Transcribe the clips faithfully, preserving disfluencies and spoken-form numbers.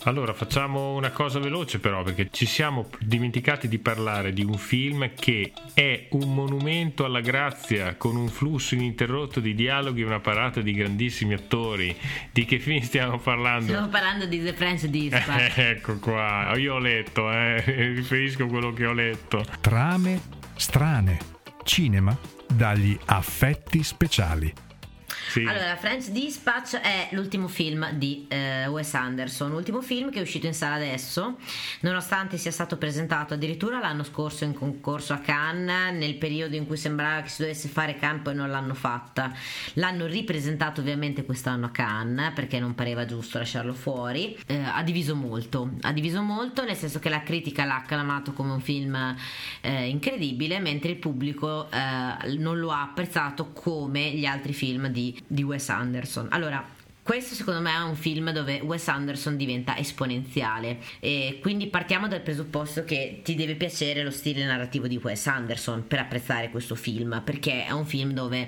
Allora facciamo una cosa veloce però, perché ci siamo dimenticati di parlare di un film che è un monumento alla grazia, con un flusso ininterrotto di dialoghi e una parata di grandissimi attori. Di che film stiamo parlando? Stiamo parlando di The French Dispatch. Eh, ecco qua, io ho letto, eh, riferisco quello che ho letto. Trame strane, cinema dagli affetti speciali. Sì. Allora, French Dispatch è l'ultimo film di eh, Wes Anderson, l'ultimo film che è uscito in sala adesso, nonostante sia stato presentato addirittura l'anno scorso in concorso a Cannes, nel periodo in cui sembrava che si dovesse fare Cannes, poi non l'hanno fatta. L'hanno ripresentato ovviamente quest'anno a Cannes perché non pareva giusto lasciarlo fuori. Eh, ha diviso molto, ha diviso molto nel senso che la critica l'ha acclamato come un film eh, incredibile, mentre il pubblico eh, non lo ha apprezzato come gli altri film di di Wes Anderson. Allora, questo secondo me è un film dove Wes Anderson diventa esponenziale, e quindi partiamo dal presupposto che ti deve piacere lo stile narrativo di Wes Anderson per apprezzare questo film, perché è un film dove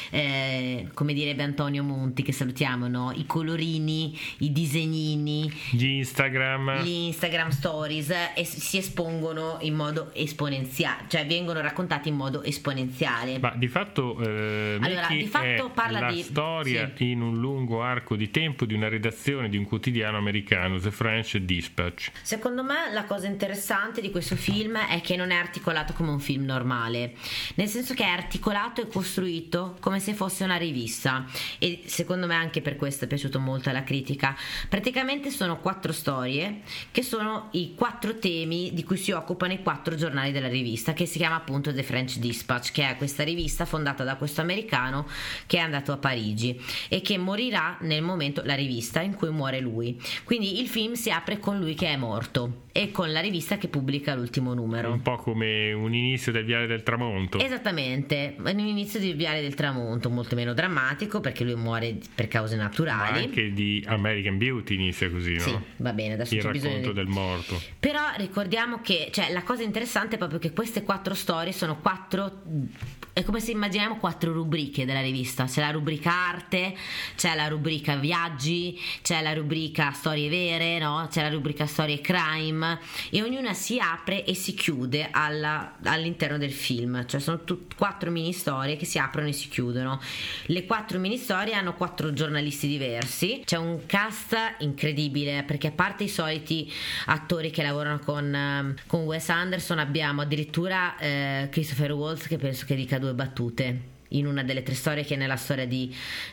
eh, come direbbe Antonio Monti, che salutiamo, no? I colorini, i disegnini, gli Instagram gli Instagram stories eh, si espongono in modo esponenziale, cioè vengono raccontati in modo esponenziale. Ma di fatto eh, allora, Mickey di fatto è parla la di storia sì. in un lungo arco di tempo di una redazione di un quotidiano americano, The French Dispatch. Secondo me la cosa interessante di questo film è che non è articolato come un film normale, nel senso che è articolato e costruito come se fosse una rivista, e secondo me anche per questo è piaciuto molto alla critica. Praticamente sono quattro storie che sono i quattro temi di cui si occupano i quattro giornali della rivista, che si chiama appunto The French Dispatch, che è questa rivista fondata da questo americano che è andato a Parigi e che morirà nel momento, la rivista in cui muore lui. Quindi il film si apre con lui che è morto e con la rivista che pubblica l'ultimo numero. Un po' come un inizio del Viale del Tramonto. Esattamente, un inizio di Viale del Tramonto molto meno drammatico perché lui muore per cause naturali. Ma anche di American Beauty inizia così, no? Sì, va bene, adesso il c'è racconto bisogno di... del morto. Però ricordiamo che, cioè, la cosa interessante è proprio che queste quattro storie sono quattro, è come se immaginiamo quattro rubriche della rivista. C'è la rubrica arte, c'è la rubrica viaggi, c'è la rubrica storie vere, no? C'è la rubrica storie crime, e ognuna si apre e si chiude alla, all'interno del film. Cioè sono tut, quattro mini storie che si aprono e si chiudono. Le quattro mini storie hanno quattro giornalisti diversi. C'è un cast incredibile, perché a parte i soliti attori che lavorano con, con Wes Anderson, abbiamo addirittura eh, Christopher Waltz, che penso che dica due battute in una delle tre storie, che è nella storia di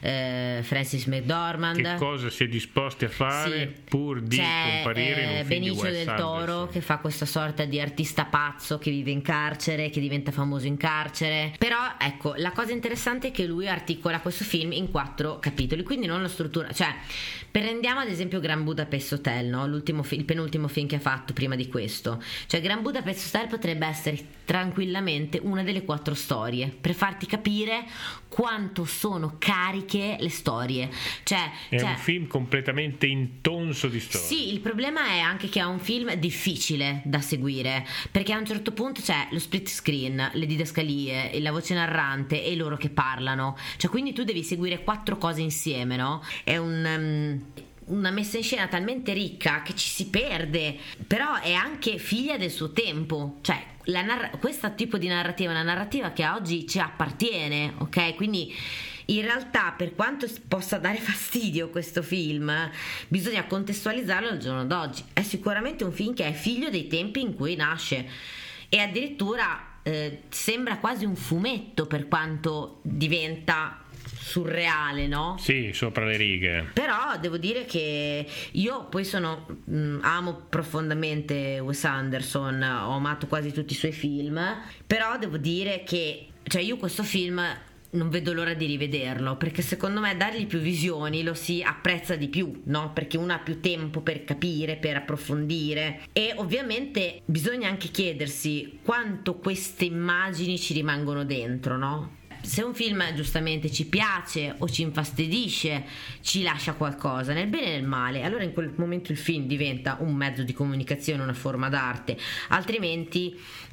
eh, Francis McDormand. Che cosa si è disposti a fare sì. pur di C'è, comparire eh, in un film Benicio di Wes del Anderson. Toro, che fa questa sorta di artista pazzo che vive in carcere, che diventa famoso in carcere. Però ecco, la cosa interessante è che lui articola questo film in quattro capitoli, quindi non lo struttura, cioè prendiamo ad esempio Grand Budapest Hotel, no? L'ultimo fi- il penultimo film che ha fatto prima di questo. Cioè Grand Budapest Hotel potrebbe essere tranquillamente una delle quattro storie, per farti capire quanto sono cariche le storie. Cioè, è cioè, un film completamente intonso di storia. sì, il problema è anche che è un film difficile da seguire, perché a un certo punto c'è lo split screen, le didascalie, la voce narrante e loro che parlano, cioè quindi tu devi seguire quattro cose insieme, no? È un um, una messa in scena talmente ricca che ci si perde, però è anche figlia del suo tempo. Cioè la narra- questo tipo di narrativa è una narrativa che a oggi ci appartiene, ok? Quindi in realtà, per quanto possa dare fastidio questo film, bisogna contestualizzarlo al giorno d'oggi. È sicuramente un film che è figlio dei tempi in cui nasce, e addirittura eh, sembra quasi un fumetto per quanto diventa surreale, no? Sì, sopra le righe. Però devo dire che io poi sono mh, amo profondamente Wes Anderson, ho amato quasi tutti i suoi film, però devo dire che, cioè, io questo film non vedo l'ora di rivederlo, perché secondo me dargli più visioni lo si apprezza di più, no? Perché uno ha più tempo per capire, per approfondire, e ovviamente bisogna anche chiedersi quanto queste immagini ci rimangono dentro, no? Se un film giustamente ci piace o ci infastidisce, ci lascia qualcosa nel bene e nel male, allora in quel momento il film diventa un mezzo di comunicazione, una forma d'arte, altrimenti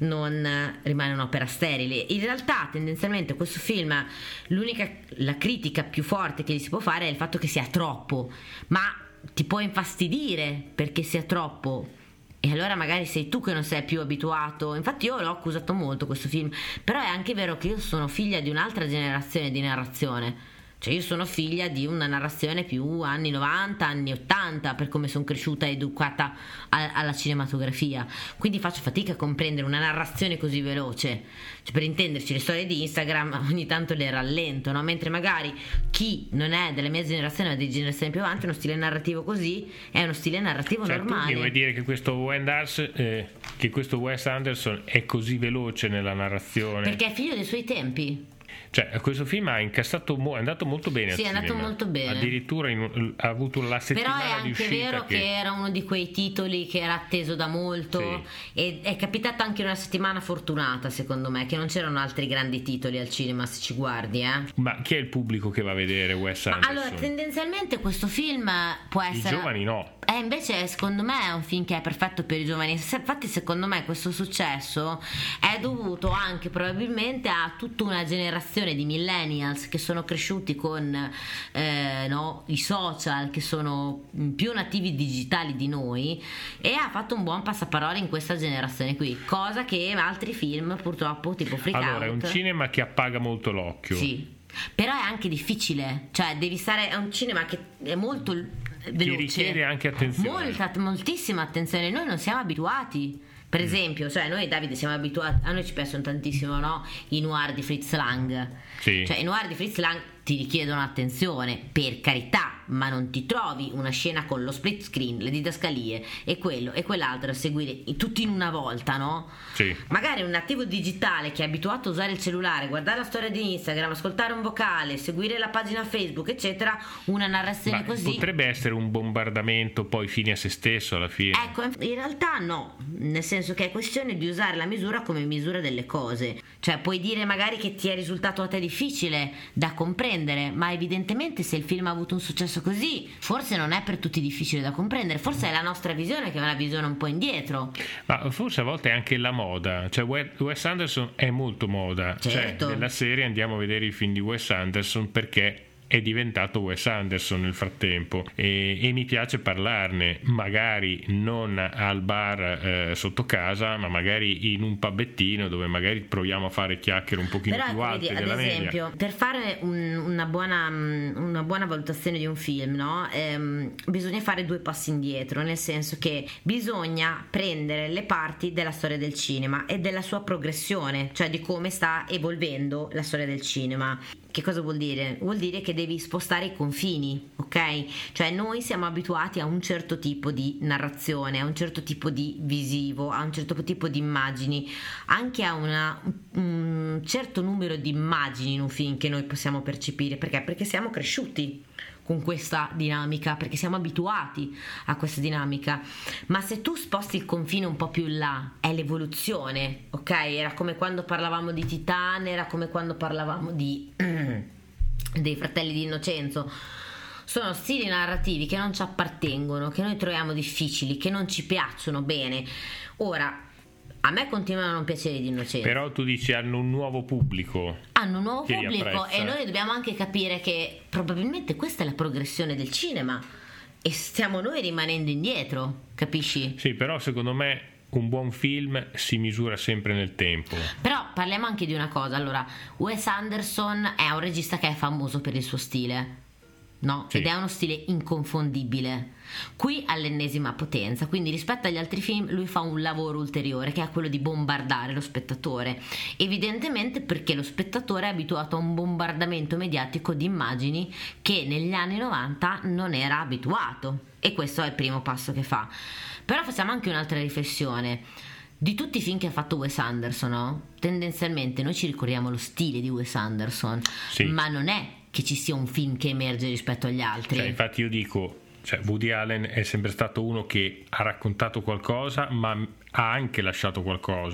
non rimane un'opera sterile. In realtà tendenzialmente questo film, l'unica, la critica più forte che gli si può fare è il fatto che sia troppo, ma ti può infastidire perché sia troppo, e allora magari sei tu che non sei più abituato. Infatti io l'ho accusato molto questo film, però è anche vero che io sono figlia di un'altra generazione di narrazione. Cioè io sono figlia di una narrazione più anni novanta, anni ottanta, per come sono cresciuta e educata a, alla cinematografia, quindi faccio fatica a comprendere una narrazione così veloce. Cioè, per intenderci, le storie di Instagram ogni tanto le rallento, no? Mentre magari chi non è della mia generazione ma di generazioni più avanti, uno stile narrativo così è uno stile narrativo cioè, normale. Tu vuoi dire che questo Wes eh, che questo Wes Anderson è così veloce nella narrazione? Perché è figlio dei suoi tempi. Cioè, questo film ha incassato, è andato molto bene. Sì, è andato cinema. molto bene. Addirittura in, ha avuto la settimana Però è di anche uscita vero che... che era uno di quei titoli che era atteso da molto, sì. E è capitata anche una settimana fortunata, secondo me, che non c'erano altri grandi titoli al cinema, se ci guardi, eh. Ma chi è il pubblico che va a vedere Wes Anderson? Ma allora, tendenzialmente questo film può essere... I giovani no. Eh, invece secondo me è un film che è perfetto per i giovani. Infatti secondo me questo successo è dovuto anche probabilmente a tutta una generazione di millennials che sono cresciuti con eh, no, i social, che sono più nativi digitali di noi, e ha fatto un buon passaparola in questa generazione qui, cosa che altri film purtroppo tipo Freak allora, Out. Allora è un cinema che appaga molto l'occhio. Sì, però è anche difficile, cioè devi stare, è un cinema che è molto veloce, ti richiede anche attenzione, molta, moltissima attenzione. Noi non siamo abituati, per esempio, cioè noi Davide siamo abituati, a noi ci piacciono tantissimo, no, i noir di Fritz Lang, sì. Cioè i noir di Fritz Lang ti richiedono attenzione, per carità, ma non ti trovi una scena con lo split screen, le didascalie e quello e quell'altro a seguire tutti in una volta, no? Sì. Magari un nativo digitale che è abituato a usare il cellulare, guardare la storia di Instagram, ascoltare un vocale, seguire la pagina Facebook, eccetera, una narrazione ma così potrebbe essere un bombardamento poi fine a se stesso alla fine. Ecco, in realtà no, nel senso che è questione di usare la misura come misura delle cose. Cioè puoi dire magari che ti è risultato a te difficile da comprendere, ma evidentemente se il film ha avuto un successo così, forse non è per tutti difficile da comprendere, forse è la nostra visione che è una visione un po' indietro. Ma forse a volte è anche la moda, cioè Wes Anderson è molto moda, certo. Cioè nella serie andiamo a vedere i film di Wes Anderson perché è diventato Wes Anderson nel frattempo, e, e mi piace parlarne, magari non al bar eh, sotto casa, ma magari in un pubettino dove magari proviamo a fare chiacchiere un pochino però, più alte vedi, della ad esempio, media. Per fare un, una, buona, una buona valutazione di un film, no? ehm, bisogna fare due passi indietro, nel senso che bisogna prendere le parti della storia del cinema e della sua progressione, cioè di come sta evolvendo la storia del cinema. Che cosa vuol dire? Vuol dire che devi spostare i confini, ok? Cioè noi siamo abituati a un certo tipo di narrazione, a un certo tipo di visivo, a un certo tipo di immagini, anche a una, un certo numero di immagini in un film che noi possiamo percepire. Perché? Perché siamo cresciuti con questa dinamica, perché siamo abituati a questa dinamica. Ma se tu sposti il confine un po' più in là, è l'evoluzione, ok? Era come quando parlavamo di Titan, era come quando parlavamo di dei Fratelli di Innocenzo. Sono stili narrativi che non ci appartengono, che noi troviamo difficili, che non ci piacciono bene. Ora, a me continuano a non piacere di Innocenzo. Però tu dici hanno un nuovo pubblico. Hanno un nuovo pubblico e noi dobbiamo anche capire che probabilmente questa è la progressione del cinema e stiamo noi rimanendo indietro, capisci? Sì, però secondo me un buon film si misura sempre nel tempo. Però parliamo anche di una cosa. Allora, Wes Anderson è un regista che è famoso per il suo stile, no? Sì. Ed è uno stile inconfondibile, qui all'ennesima potenza, quindi rispetto agli altri film lui fa un lavoro ulteriore che è quello di bombardare lo spettatore, evidentemente perché lo spettatore è abituato a un bombardamento mediatico di immagini che negli anni novanta non era abituato, e questo è il primo passo che fa. Però facciamo anche un'altra riflessione. Di tutti i film che ha fatto Wes Anderson, no? Tendenzialmente noi ci ricordiamo lo stile di Wes Anderson, sì. Ma non è che ci sia un film che emerge rispetto agli altri. Cioè, infatti io dico, cioè, Woody Allen è sempre stato uno che ha raccontato qualcosa, ma ha anche lasciato qualcosa.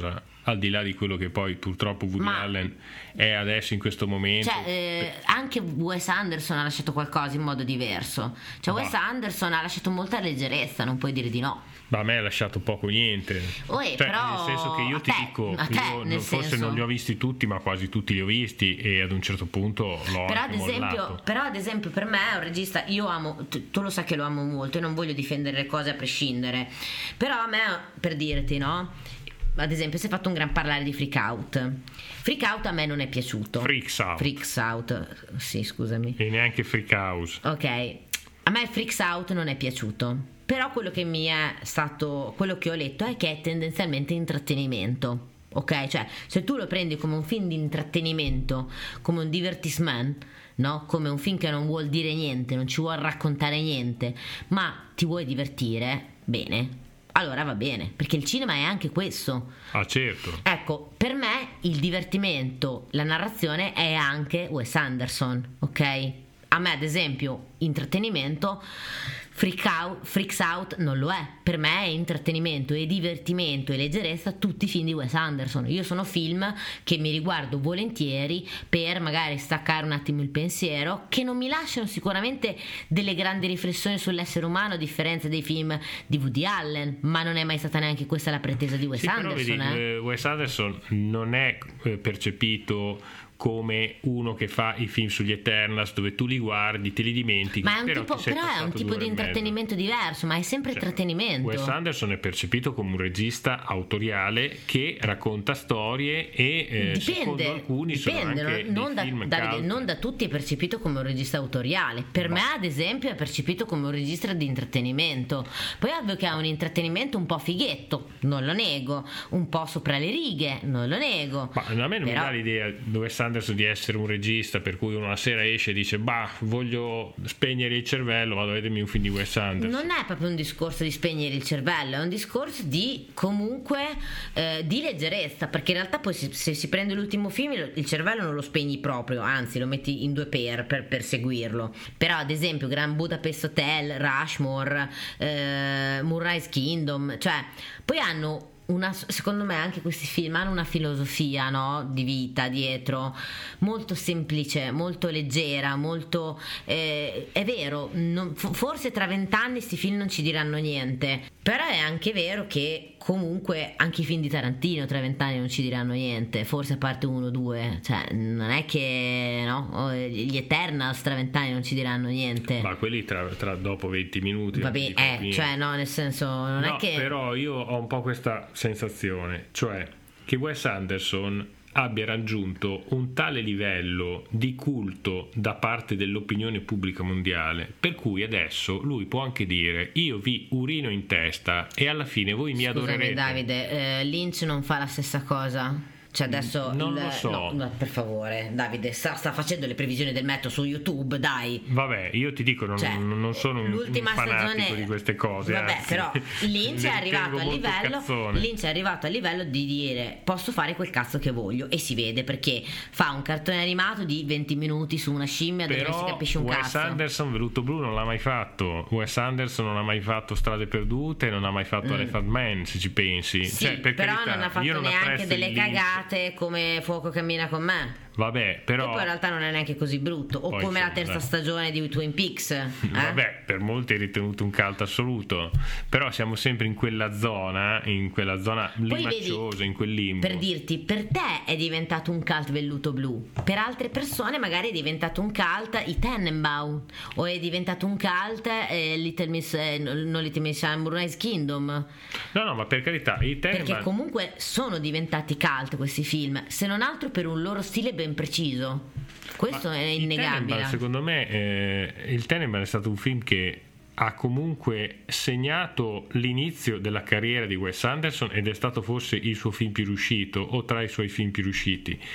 al di là di quello che poi purtroppo Woody Ma... Allen è adesso in questo momento. Cioè, eh, anche Wes Anderson ha lasciato qualcosa in modo diverso. Cioè, Wes Anderson ha lasciato molta leggerezza, non puoi dire di no. Ma a me ha lasciato poco niente. Uè, cioè, però, nel senso che io ti te, dico, te, io non, forse senso... non li ho visti tutti, ma quasi tutti li ho visti, e ad un certo punto l'ho però anche ad esempio, mollato. però ad esempio per me è un regista, io amo, tu, tu lo sai che lo amo molto e non voglio difendere le cose a prescindere, però a me, per dirti, no, ad esempio si è fatto un gran parlare di Freak Out. Freak Out a me non è piaciuto. Freaks Out. Freaks Out, sì, scusami. E neanche Freak House. Ok, a me Freaks Out non è piaciuto, però quello che mi è stato, quello che ho letto è che è tendenzialmente intrattenimento. Ok, cioè se tu lo prendi come un film di intrattenimento, come un divertissement, no? Come un film che non vuol dire niente, non ci vuol raccontare niente, ma ti vuoi divertire, bene, allora va bene, perché il cinema è anche questo. Ah, certo. Ecco, per me il divertimento, la narrazione è anche Wes Anderson, ok? A me ad esempio intrattenimento, Freak Out, Freaks Out non lo è. Per me è intrattenimento e divertimento e leggerezza tutti i film di Wes Anderson. Io sono film che mi riguardo volentieri per magari staccare un attimo il pensiero, che non mi lasciano sicuramente delle grandi riflessioni sull'essere umano, a differenza dei film di Woody Allen, ma non è mai stata neanche questa la pretesa di Wes sì, Anderson. Però vedi, eh? eh, Wes Anderson non è eh, percepito come uno che fa i film sugli Eternals dove tu li guardi, te li dimentichi. Ma è un però, tipo, però è un tipo di intrattenimento diverso, ma è sempre cioè, intrattenimento. Wes Anderson è percepito come un regista autoriale che racconta storie e eh, secondo alcuni dipende, sono anche non, da, film Davide, cult. non da tutti è percepito come un regista autoriale. Per Ma. me ad esempio è percepito come un regista di intrattenimento. Poi è ovvio che ha un intrattenimento un po' fighetto, non lo nego, un po' sopra le righe, non lo nego. Ma a me non però... mi dà l'idea di Wes Anderson di essere un regista per cui una sera esce e dice bah, voglio spegnere il cervello, vado a vedermi un film di Wes Anderson. Non è proprio un discorso di spegnere il cervello, è un discorso di comunque eh, di leggerezza, perché in realtà poi se, se si prende l'ultimo film il cervello non lo spegni proprio, anzi lo metti in due per per, per seguirlo. Però ad esempio Grand Budapest Hotel, Rushmore, eh, Moonrise Kingdom, cioè poi hanno una, secondo me anche questi film hanno una filosofia, no, di vita dietro molto semplice, molto leggera, molto eh, è vero, non, forse tra vent'anni questi film non ci diranno niente, però è anche vero che comunque anche i film di Tarantino tra vent'anni non ci diranno niente, forse a parte uno o due, cioè non è che no, gli Eternals tra vent'anni non ci diranno niente, ma quelli tra, tra dopo venti minuti vabbè, eh, cioè no, nel senso non no, è che però io ho un po' questa sensazione, cioè che Wes Anderson abbia raggiunto un tale livello di culto da parte dell'opinione pubblica mondiale, per cui adesso lui può anche dire io vi urino in testa e alla fine voi mi Scusami, adorerete. Davide, eh, Lynch non fa la stessa cosa? Cioè adesso non il, lo so. No, no, per favore, Davide, sta, sta facendo le previsioni del meteo su YouTube, dai. Vabbè, io ti dico, non, cioè, non sono un, un fanatico stagione... di queste cose. Vabbè, anzi, però Lynch è arrivato a livello Lynch è arrivato a livello di dire posso fare quel cazzo che voglio, e si vede perché fa un cartone animato di venti minuti su una scimmia dove non si capisce un Wes cazzo. Wes Anderson Velluto Blu non l'ha mai fatto. Wes Anderson non ha mai fatto Strade Perdute, non ha mai fatto mm. Elephant Man, se ci pensi. Sì, cioè, per però carità, non ha fatto io non neanche delle Lynch. cagate come Fuoco cammina con me. Vabbè, però e poi in realtà non è neanche così brutto. O poi come insomma, la terza dai. stagione di Twin Peaks, eh? Vabbè, per molti è ritenuto un cult assoluto, però siamo sempre in quella zona, in quella zona limacciosa, in quel limbo. Per dirti, per te è diventato un cult Velluto Blu, per altre persone magari è diventato un cult i Tenenbaum, o è diventato un cult eh, Little Miss eh, no Little Miss Moonrise Kingdom. No, no, ma per carità, i Tenenbaum, perché comunque sono diventati cult questi film, se non altro per un loro stile ben preciso. Questo ma è innegabile. Secondo me eh, il Tenenbaum è stato un film che ha comunque segnato l'inizio della carriera di Wes Anderson ed è stato forse il suo film più riuscito o tra i suoi film più riusciti.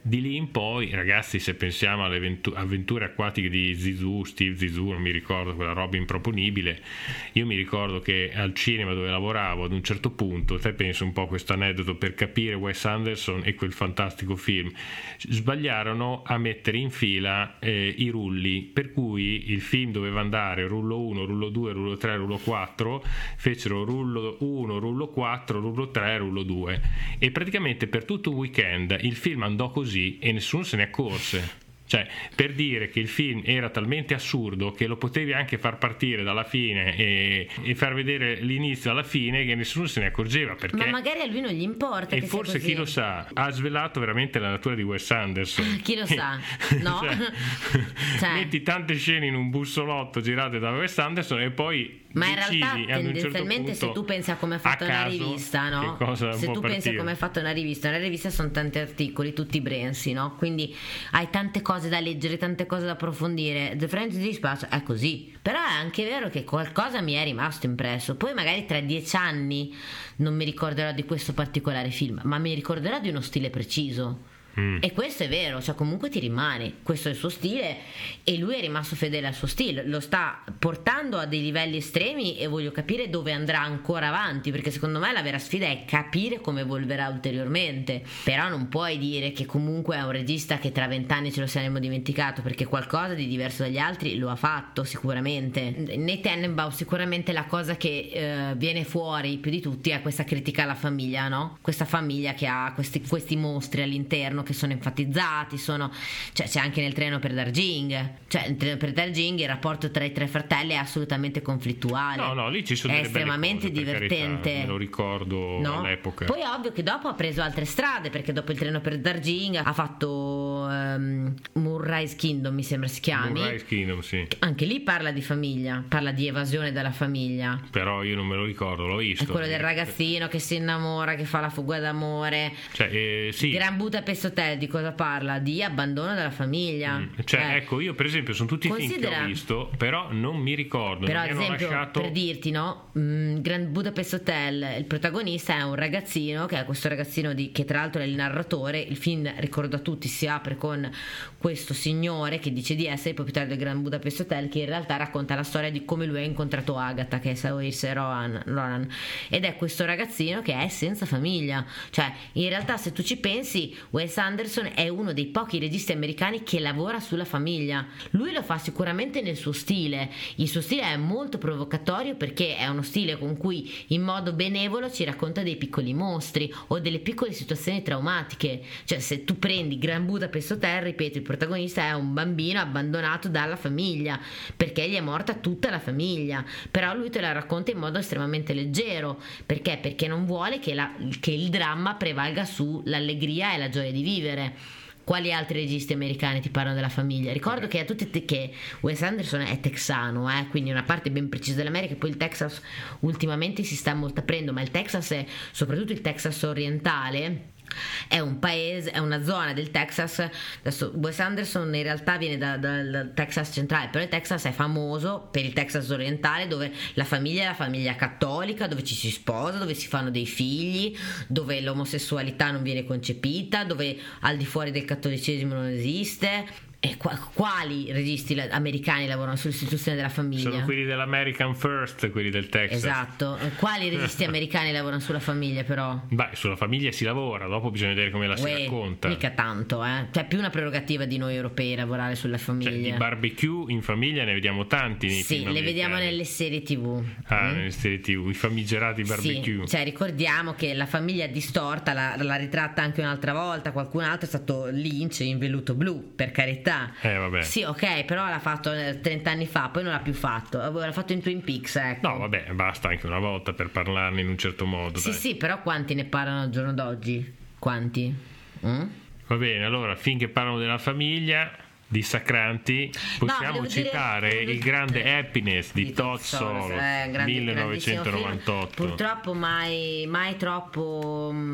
di lì in poi, ragazzi, se pensiamo alle avventu- avventure acquatiche di Zizou, Steve Zissou, non mi ricordo, quella roba improponibile, io mi ricordo che al cinema dove lavoravo ad un certo punto, te penso un po' questo aneddoto per capire Wes Anderson e quel fantastico film, sbagliarono a mettere in fila eh, i rulli, per cui il film doveva andare rullo uno, rullo due, rullo tre, rullo quattro, fecero rullo uno, rullo quattro, rullo tre, rullo due, e praticamente per tutto un weekend il film andò così e nessuno se ne accorse. Cioè, per dire che il film era talmente assurdo che lo potevi anche far partire dalla fine e, e far vedere l'inizio alla fine, che nessuno se ne accorgeva, perché ma magari a lui non gli importa. E che forse sia così. Chi lo sa, ha svelato veramente la natura di Wes Anderson. Chi lo sa, no? cioè, cioè. Metti tante scene in un bussolotto girate da Wes Anderson e poi ma in decidi, realtà tendenzialmente certo se tu pensi a come è fatta una rivista, no? Se tu pensi a come è fatta una rivista, una rivista sono tanti articoli, tutti brensi, no? Quindi hai tante cose da leggere, tante cose da approfondire. The French Dispatch è così, però è anche vero che qualcosa mi è rimasto impresso. Poi magari tra dieci anni non mi ricorderò di questo particolare film, ma mi ricorderò di uno stile preciso. Mm. E questo è vero, cioè comunque ti rimane, questo è il suo stile e lui è rimasto fedele al suo stile, lo sta portando a dei livelli estremi e voglio capire dove andrà ancora avanti, perché secondo me la vera sfida è capire come evolverà ulteriormente. Però non puoi dire che comunque è un regista che tra vent'anni ce lo saremmo dimenticato, perché qualcosa di diverso dagli altri lo ha fatto sicuramente. Nei Tenenbaum sicuramente la cosa che eh, viene fuori più di tutti è questa critica alla famiglia, no? Questa famiglia che ha questi, questi mostri all'interno che sono enfatizzati, sono, cioè c'è anche nel Treno per Darjeeling, cioè nel Treno per Darjeeling il rapporto tra i tre fratelli è assolutamente conflittuale. No, no, lì ci sono è delle estremamente belle cose, divertente. Carità, me lo ricordo no? all'epoca. Poi è ovvio che dopo ha preso altre strade, perché dopo il Treno per Darjeeling ha fatto um, Moonrise Kingdom, mi sembra si chiami. Moonrise Kingdom, sì. Anche lì parla di famiglia, parla di evasione dalla famiglia. Però io non me lo ricordo, l'ho visto. È quello del ragazzino che si innamora, che fa la fuga d'amore. Cioè, eh, sì. Gran Budapest Hotel di cosa parla? Di abbandono della famiglia. Mm. Cioè, eh. ecco, io per esempio sono tutti Considera... film che ho visto, però non mi ricordo. Però non ad mi esempio, lasciato... per dirti, no? Mm, Grand Budapest Hotel, il protagonista è un ragazzino, che è questo ragazzino di, che tra l'altro è il narratore. Il film, ricordo a tutti, si apre con questo signore che dice di essere il proprietario del Grand Budapest Hotel, che in realtà racconta la storia di come lui ha incontrato Agatha, che è Saoirse Ronan, Ronan, ed è questo ragazzino che è senza famiglia. Cioè, in realtà, se tu ci pensi, Wes Anderson è uno dei pochi registi americani che lavora sulla famiglia. Lui lo fa sicuramente nel suo stile. Il suo stile è molto provocatorio, perché è uno stile con cui in modo benevolo ci racconta dei piccoli mostri o delle piccole situazioni traumatiche. Cioè, se tu prendi Grand Budapest Hotel, ripeto, il protagonista è un bambino abbandonato dalla famiglia perché gli è morta tutta la famiglia, però lui te la racconta in modo estremamente leggero. Perché? Perché non vuole che, la, che il dramma prevalga sull'allegria e la gioia di vivere. Quali altri registi americani ti parlano della famiglia? Ricordo che a tutti te che Wes Anderson è texano, eh? Quindi una parte ben precisa dell'America. Poi il Texas ultimamente si sta molto aprendo, ma il Texas è soprattutto il Texas orientale. È un paese, è una zona del Texas. Adesso Wes Anderson in realtà viene da, da, dal Texas centrale, però il Texas è famoso per il Texas orientale, dove la famiglia è la famiglia cattolica, dove ci si sposa, dove si fanno dei figli, dove l'omosessualità non viene concepita, dove al di fuori del cattolicesimo non esiste. E quali registi americani lavorano sull'istituzione della famiglia? Sono quelli dell'American First, quelli del Texas. Esatto. Quali registi americani lavorano sulla famiglia, però? Beh, sulla famiglia si lavora, dopo bisogna vedere come la Uè, si racconta. Mica tanto, eh. Cioè, più una prerogativa di noi europei lavorare sulla famiglia. Cioè, di barbecue in famiglia ne vediamo tanti nei sì, film le americani. vediamo nelle serie tv. Ah, mm? nelle serie tv, i famigerati barbecue. Sì, cioè ricordiamo che la famiglia distorta la, la ritratta anche un'altra volta. Qualcun altro è stato Lynch in Velluto Blu, per carità. Eh, vabbè. Sì, ok, però l'ha fatto trenta anni fa, poi non l'ha più fatto. L'ha fatto in Twin Peaks, ecco. No, vabbè, basta anche una volta per parlarne in un certo modo. Sì, dai. sì, però quanti ne parlano al giorno d'oggi? Quanti? Mm? Va bene, allora, finché parlano della famiglia dissacranti, possiamo no, citare dire... il grande Happiness di, di Todd Solondz, eh, grande, millenovecentonovantotto. Purtroppo mai, mai troppo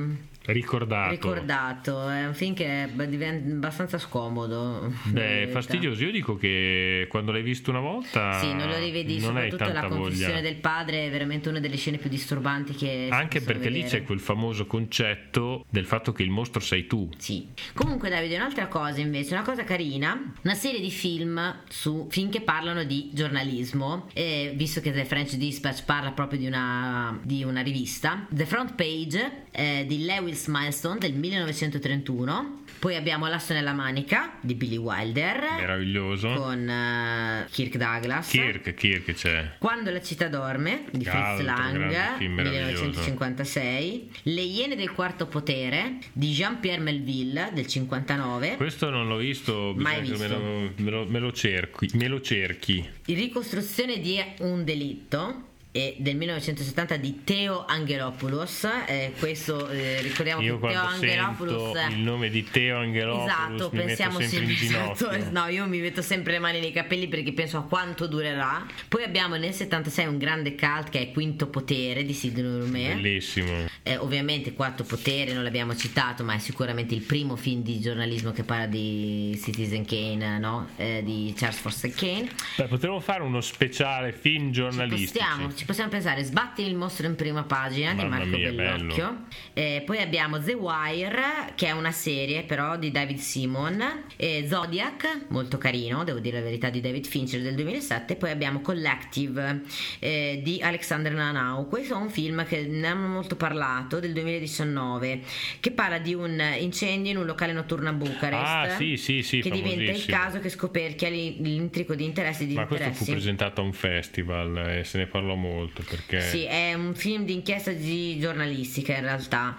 ricordato. ricordato. È un film che diventa abbastanza scomodo. Beh, fastidioso. Io dico che quando l'hai visto una volta sì, non lo rivedi, non hai soprattutto tanta la confessione voglia. del padre è veramente una delle scene più disturbanti che anche si perché vedere. Lì c'è quel famoso concetto del fatto che il mostro sei tu. Sì. Comunque Davide, un'altra cosa invece, una cosa carina, una serie di film su film che parlano di giornalismo, eh, visto che The French Dispatch parla proprio di una, di una rivista. The Front Page eh, di Lewis Milestone del millenovecentotrentuno. Poi abbiamo L'asso nella manica di Billy Wilder, meraviglioso, con uh, Kirk Douglas. Kirk, Kirk c'è. Quando la città dorme di Fritz Lang, millenovecentocinquantasei. Le iene del quarto potere di Jean-Pierre Melville del cinquantanove. Questo non l'ho visto, mai visto. visto. Me, lo, me, lo, me lo cerchi, me lo cerchi. Ricostruzione di un delitto e del millenovecentosettanta di Theo Angelopoulos. Eh, questo eh, ricordiamo io che Theo Angelopoulos, il nome di Theo Angelopoulos, esatto, mi pensiamo metto sempre sempre, in ginocchio. esatto, no, io mi metto sempre le mani nei capelli perché penso a quanto durerà. Poi abbiamo nel settantasei un grande cult che è Quinto Potere di Sidney Lumet, bellissimo. Eh, ovviamente Quarto Potere non l'abbiamo citato, ma è sicuramente il primo film di giornalismo che parla di Citizen Kane, no? Eh, di Charles Foster Kane. Beh, potremmo fare uno speciale film giornalistici. Ci possiamo, ci possiamo pensare. Sbatti il mostro in prima pagina di Mamma Marco mia, Bellocchio. Eh, poi abbiamo The Wire, che è una serie però di David Simon. Eh, Zodiac, molto carino, devo dire la verità, di David Fincher del duemilasette. Poi abbiamo Collective eh, di Alexander Nanau. Questo è un film che ne hanno molto parlato, del duemiladiciannove, che parla di un incendio in un locale notturno a Bucarest. Ah, sì, sì, sì, che diventa il famosissimo. caso che scoperchia l'intrico di interessi di Ma interessi. questo fu presentato a un festival e se ne parlò molto perché sì, è un film di inchiesta di giornalistica in realtà.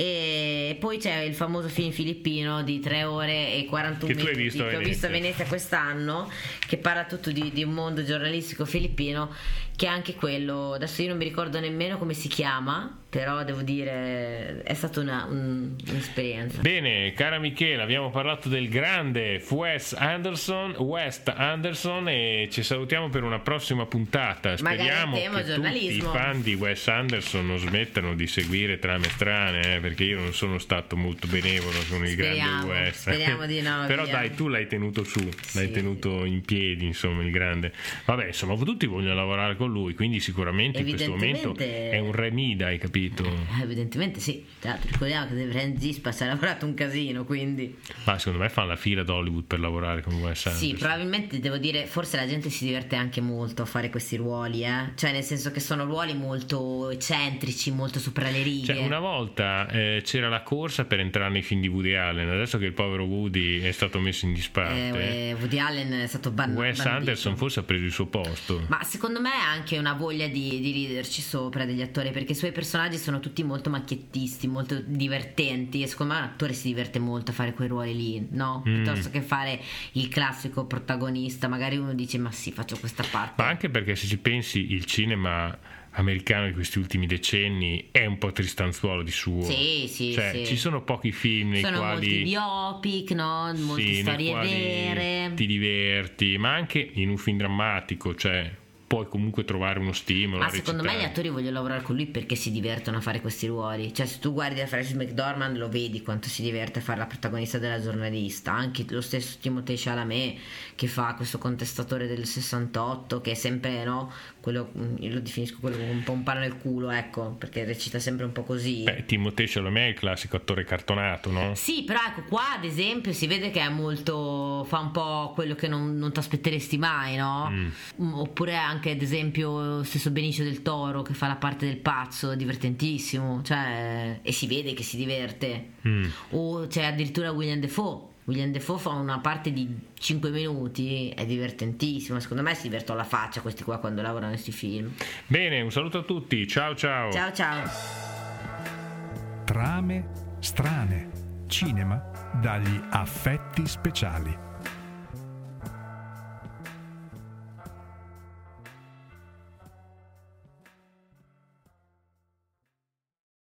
E poi c'è il famoso film filippino di tre ore e quarantuno che tu hai minuti visto a che ho visto a Venezia. Venezia quest'anno, che parla tutto di, di un mondo giornalistico filippino, che è anche quello, adesso io non mi ricordo nemmeno come si chiama, però devo dire è stata una, un, un'esperienza. Bene, cara Michela, abbiamo parlato del grande Wes Anderson, Wes Anderson, e ci salutiamo per una prossima puntata. Speriamo tema che tutti i fan di Wes Anderson non smettano di seguire trame strane, eh, perché io non sono stato molto benevolo con il Speriamo, grande Wes. speriamo di no. Però via. dai, tu l'hai tenuto su, l'hai Sì. tenuto in piedi, insomma, il grande. Vabbè, insomma, tutti vogliono lavorare con lui, quindi sicuramente in questo momento Evidentemente- è un remida, hai capito? Eh, evidentemente sì. Tra l'altro ricordiamo che The French Dispatch ha lavorato un casino, quindi Ma secondo me fanno la fila da Hollywood per lavorare con Wes Anderson. sì, probabilmente devo dire, forse la gente si diverte anche molto a fare questi ruoli, eh? Cioè nel senso che sono ruoli molto eccentrici, molto sopra le righe. Cioè, una volta eh, c'era la corsa per entrare nei film di Woody Allen, adesso che il povero Woody è stato messo in disparte, eh, Woody Allen è stato ban- Wes bandito. Anderson forse ha preso il suo posto. Ma secondo me ha anche una voglia di, di riderci sopra degli attori, perché i suoi personaggi sono tutti molto macchiettisti, molto divertenti, e secondo me un attore si diverte molto a fare quei ruoli lì, no? Mm. Piuttosto che fare il classico protagonista, magari uno dice ma sì, faccio questa parte. Ma anche perché se ci pensi il cinema americano di questi ultimi decenni è un po' tristanzuolo di suo. Sì, sì, cioè, sì. ci sono pochi film nei sono quali molti biopic, no? Molte sì, nei storie quali vere. ti diverti, ma anche in un film drammatico, cioè puoi comunque trovare uno stimolo. Ma a secondo me gli recitare. attori vogliono lavorare con lui perché si divertono a fare questi ruoli. Cioè se tu guardi a Frances McDormand lo vedi quanto si diverte a fare la protagonista della giornalista. Anche lo stesso Timothée Chalamet che fa questo contestatore del sessantotto, che è sempre, no, quello, io lo definisco quello con un po' un palo nel culo, ecco, perché recita sempre un po' così. Beh, Timothée Chalamet è il classico attore cartonato, no? Sì, però ecco qua ad esempio si vede che è molto, fa un po' quello che non, non ti aspetteresti mai, no? Mm. Oppure anche ad esempio stesso Benicio del Toro che fa la parte del pazzo, divertentissimo, cioè, e si vede che si diverte. Mm. O c'è addirittura William Dafoe. William Dafoe fa una parte di cinque minuti, è divertentissimo, secondo me si divertono alla faccia questi qua quando lavorano in questi film. Bene, un saluto a tutti, ciao ciao. Ciao ciao. Trame strane. Cinema dagli affetti speciali.